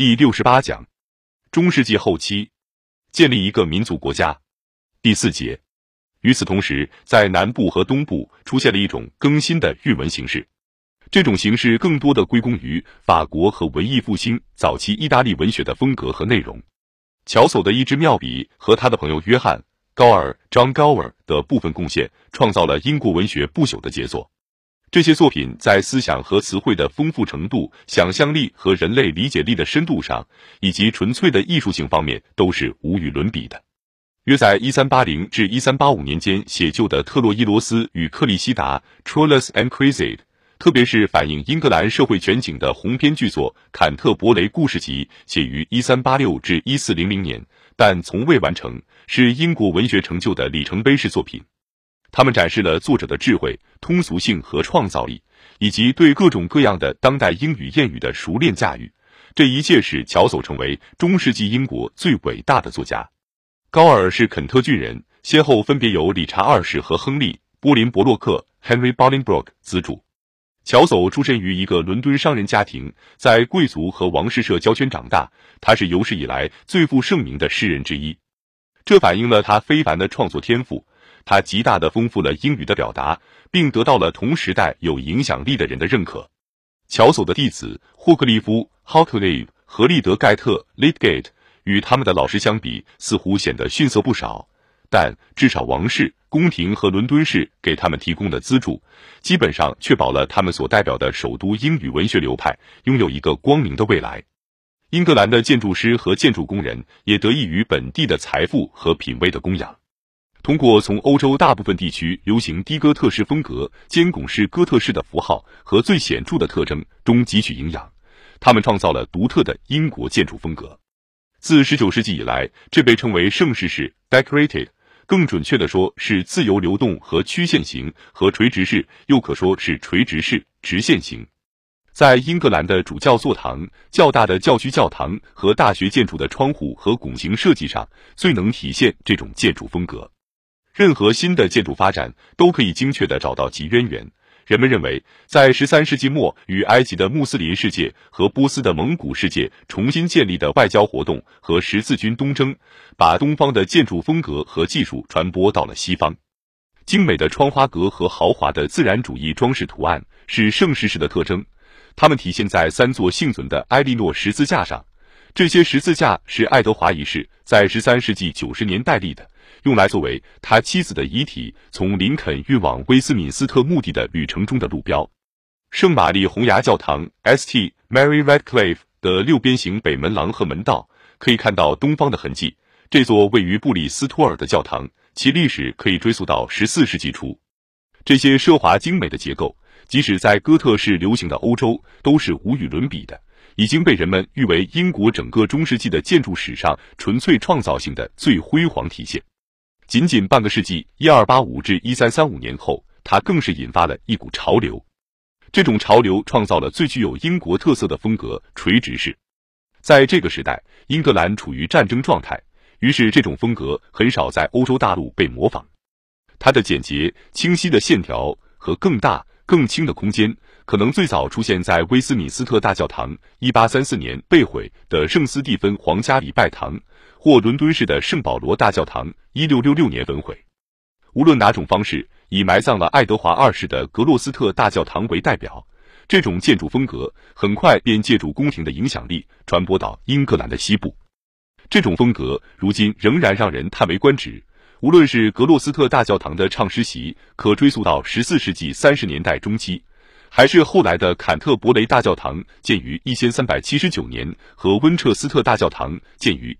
第68讲，中世纪后期，建立一个民族国家。第4节。与此同时，在南部和东部出现了一种更新的韵文形式，这种形式更多的归功于法国和文艺复兴早期意大利文学的风格和内容。乔叟的一支妙笔和他的朋友约翰·高尔 （John Gower） 的部分贡献，创造了英国文学不朽的杰作。这些作品在思想和词汇的丰富程度、想象力和人类理解力的深度上，以及纯粹的艺术性方面，都是无与伦比的。约在1380至1385年间写就的特洛伊罗斯与克利西达 （Troilus and Cressida），特别是反映英格兰社会全景的鸿篇巨作《坎特伯雷故事集》，写于1386至1400年，但从未完成，是英国文学成就的里程碑式作品。他们展示了作者的智慧、通俗性和创造力，以及对各种各样的当代英语谚语的熟练驾驭。这一切使乔叟成为中世纪英国最伟大的作家。高尔是肯特郡人，先后分别由理查二世和亨利·波林伯洛克 （Henry Bolingbroke） 资助。乔叟出身于一个伦敦商人家庭，在贵族和王室社交圈长大，他是有史以来最负盛名的诗人之一。这反映了他非凡的创作天赋，他极大地丰富了英语的表达，并得到了同时代有影响力的人的认可。乔叟的弟子霍克利夫 （Hawkley） 和利德盖特 （Lydgate）与他们的老师相比，似乎显得逊色不少，但至少王室、宫廷和伦敦市给他们提供的资助，基本上确保了他们所代表的首都英语文学流派拥有一个光明的未来。英格兰的建筑师和建筑工人也得益于本地的财富和品味的供养。通过从欧洲大部分地区流行低哥特式风格、尖拱式哥特式的符号和最显著的特征中汲取营养，他们创造了独特的英国建筑风格。自19世纪以来，这被称为盛世式 （decorated）， 更准确地说是自由流动和曲线型，和垂直式又可说是垂直式直线型。在英格兰的主教座堂、较大的教区教堂和大学建筑的窗户和拱形设计上，最能体现这种建筑风格。任何新的建筑发展都可以精确地找到其渊源。人们认为，在13世纪末与埃及的穆斯林世界和波斯的蒙古世界重新建立的外交活动和十字军东征，把东方的建筑风格和技术传播到了西方。精美的窗花格和豪华的自然主义装饰图案是盛世式的特征，它们体现在3座幸存的埃莉诺十字架上。这些十字架是爱德华一世在13世纪90年代立的，用来作为他妻子的遗体从林肯运往威斯敏斯特墓地的旅程中的路标。圣玛丽红牙教堂 St. Mary Redcliffe 的6边形北门廊和门道可以看到东方的痕迹。这座位于布里斯托尔的教堂，其历史可以追溯到14世纪初。这些奢华精美的结构，即使在哥特式流行的欧洲，都是无与伦比的，已经被人们誉为英国整个中世纪的建筑史上纯粹创造性的最辉煌体现。仅仅半个世纪1285至1335年后，它更是引发了一股潮流。这种潮流创造了最具有英国特色的风格——垂直式。在这个时代，英格兰处于战争状态，于是这种风格很少在欧洲大陆被模仿。它的简洁、清晰的线条和更大、更轻的空间，可能最早出现在威斯敏斯特大教堂1834年被毁的圣斯蒂芬皇家礼拜堂，或伦敦市的圣保罗大教堂1666年焚毁。无论哪种方式，以埋葬了爱德华二世的格洛斯特大教堂为代表，这种建筑风格很快便借助宫廷的影响力传播到英格兰的西部。这种风格如今仍然让人叹为观止。无论是格洛斯特大教堂的唱诗席可追溯到14世纪30年代中期，还是后来的坎特伯雷大教堂建于1379年和温彻斯特大教堂建于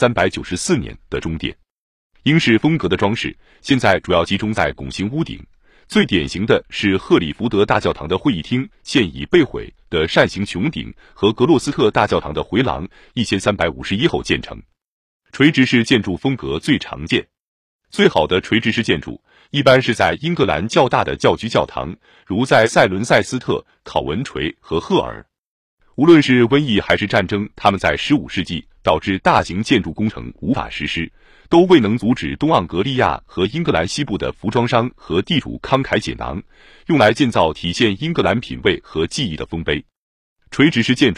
1394年的中殿。英式风格的装饰现在主要集中在拱形屋顶，最典型的是赫里福德大教堂的会议厅现已被毁的扇形穹顶和格洛斯特大教堂的回廊1351后建成。垂直式建筑风格最常见。最好的垂直式建筑一般是在英格兰较大的教区教堂，如在塞伦塞斯特、考文垂和赫尔。无论是瘟疫还是战争，他们在15世纪导致大型建筑工程无法实施，都未能阻止东盎格利亚和英格兰西部的服装商和地主慷慨解囊，用来建造体现英格兰品味和技艺的丰碑。垂直式建筑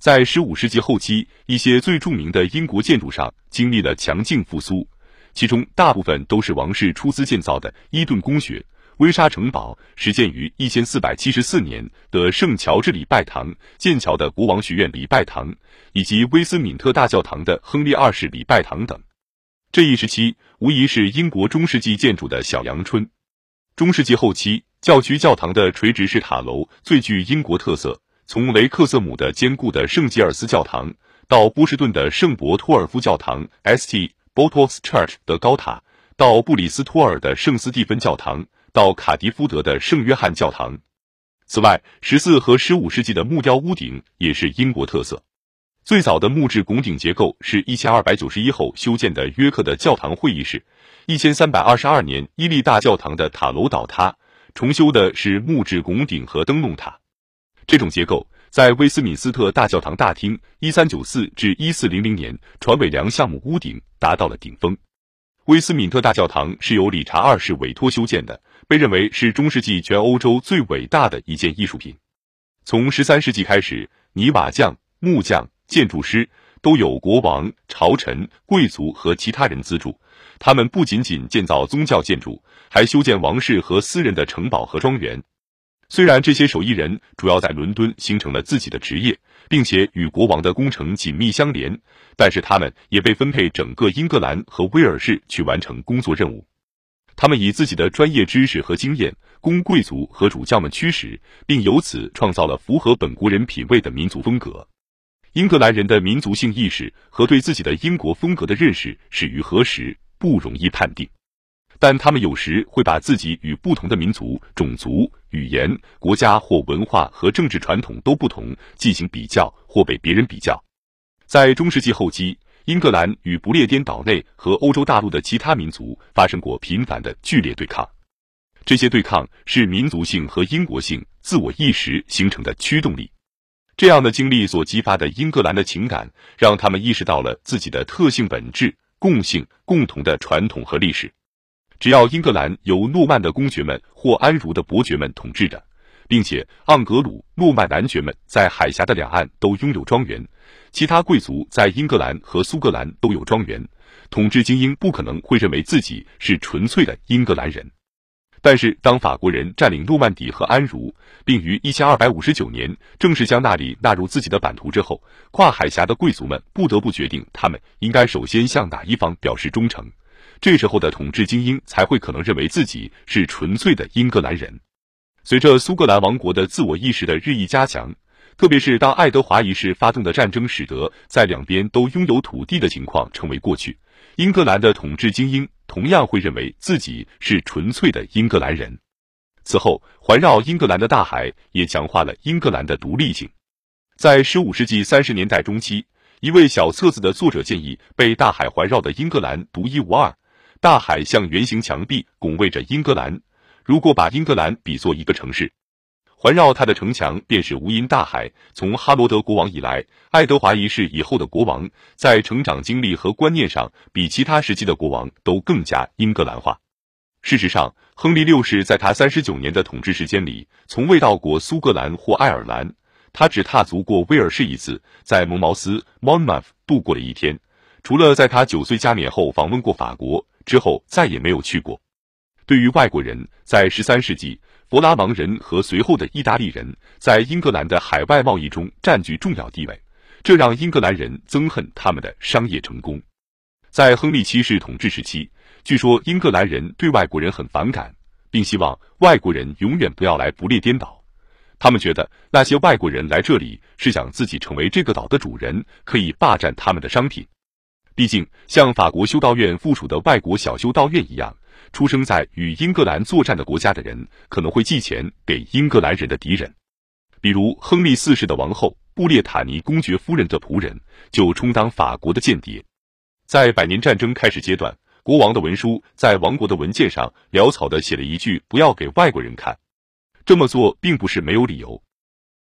在15世纪后期，一些最著名的英国建筑上经历了强劲复苏，其中大部分都是王室出资建造的伊顿公学、温莎城堡、始建于1474年的圣乔治礼拜堂、剑桥的国王学院礼拜堂，以及威斯敏特大教堂的亨利二世礼拜堂等。这一时期无疑是英国中世纪建筑的小阳春。中世纪后期，教区教堂的垂直式塔楼最具英国特色，从雷克瑟姆的坚固的圣吉尔斯教堂，到波士顿的圣伯托尔夫教堂 St. Botolph's Church 的高塔，到布里斯托尔的圣斯蒂芬教堂，到卡迪夫德的圣约翰教堂。此外，14和15世纪的木雕屋顶也是英国特色。最早的木质拱顶结构是1291后修建的约克的教堂会议室。1322年伊利大教堂的塔楼倒塌，重修的是木质拱顶和灯笼塔。这种结构在威斯敏斯特大教堂大厅1394至1400年船尾梁项目屋顶达到了顶峰。威斯敏特大教堂是由理查二世委托修建的，被认为是中世纪全欧洲最伟大的一件艺术品。从13世纪开始，泥瓦匠、木匠、建筑师都有国王、朝臣、贵族和其他人资助，他们不仅仅建造宗教建筑，还修建王室和私人的城堡和庄园。虽然这些手艺人主要在伦敦形成了自己的职业，并且与国王的工程紧密相连，但是他们也被分配整个英格兰和威尔士去完成工作任务。他们以自己的专业知识和经验供贵族和主教们驱使，并由此创造了符合本国人品味的民族风格。英格兰人的民族性意识和对自己的英国风格的认识始于何时，不容易判定。但他们有时会把自己与不同的民族、种族、语言、国家或文化和政治传统都不同进行比较，或被别人比较。在中世纪后期，英格兰与不列颠岛内和欧洲大陆的其他民族发生过频繁的剧烈对抗。这些对抗是民族性和英国性、自我意识形成的驱动力。这样的经历所激发的英格兰的情感，让他们意识到了自己的特性本质、共性、共同的传统和历史。只要英格兰由诺曼的公爵们或安茹的伯爵们统治着，并且盎格鲁诺曼男爵们在海峡的两岸都拥有庄园，其他贵族在英格兰和苏格兰都有庄园，统治精英不可能会认为自己是纯粹的英格兰人。但是当法国人占领诺曼底和安茹，并于1259年正式将那里纳入自己的版图之后，跨海峡的贵族们不得不决定他们应该首先向哪一方表示忠诚。这时候的统治精英才会可能认为自己是纯粹的英格兰人。随着苏格兰王国的自我意识的日益加强，特别是当爱德华一世发动的战争使得在两边都拥有土地的情况成为过去，英格兰的统治精英同样会认为自己是纯粹的英格兰人。此后，环绕英格兰的大海也强化了英格兰的独立性。在15世纪30年代中期，一位小册子的作者建议被大海环绕的英格兰独一无二。大海像圆形墙壁拱卫着英格兰，如果把英格兰比作一个城市，环绕它的城墙便是无垠大海。从哈罗德国王以来，爱德华一世以后的国王，在成长经历和观念上比其他时期的国王都更加英格兰化。事实上，亨利六世在他39年的统治时间里，从未到过苏格兰或爱尔兰，他只踏足过威尔士一次，在蒙茅斯 Monmouth 度过了一天，除了在他9岁加冕后访问过法国，之后再也没有去过。对于外国人，在13世纪，弗拉芒人和随后的意大利人在英格兰的海外贸易中占据重要地位，这让英格兰人憎恨他们的商业成功。在亨利七世统治时期，据说英格兰人对外国人很反感，并希望外国人永远不要来不列颠岛。他们觉得那些外国人来这里是想自己成为这个岛的主人，可以霸占他们的商品。毕竟，像法国修道院附属的外国小修道院一样，出生在与英格兰作战的国家的人可能会寄钱给英格兰人的敌人。比如，亨利四世的王后布列塔尼公爵夫人的仆人就充当法国的间谍。在百年战争开始阶段，国王的文书在王国的文件上潦草地写了一句“不要给外国人看”。这么做并不是没有理由。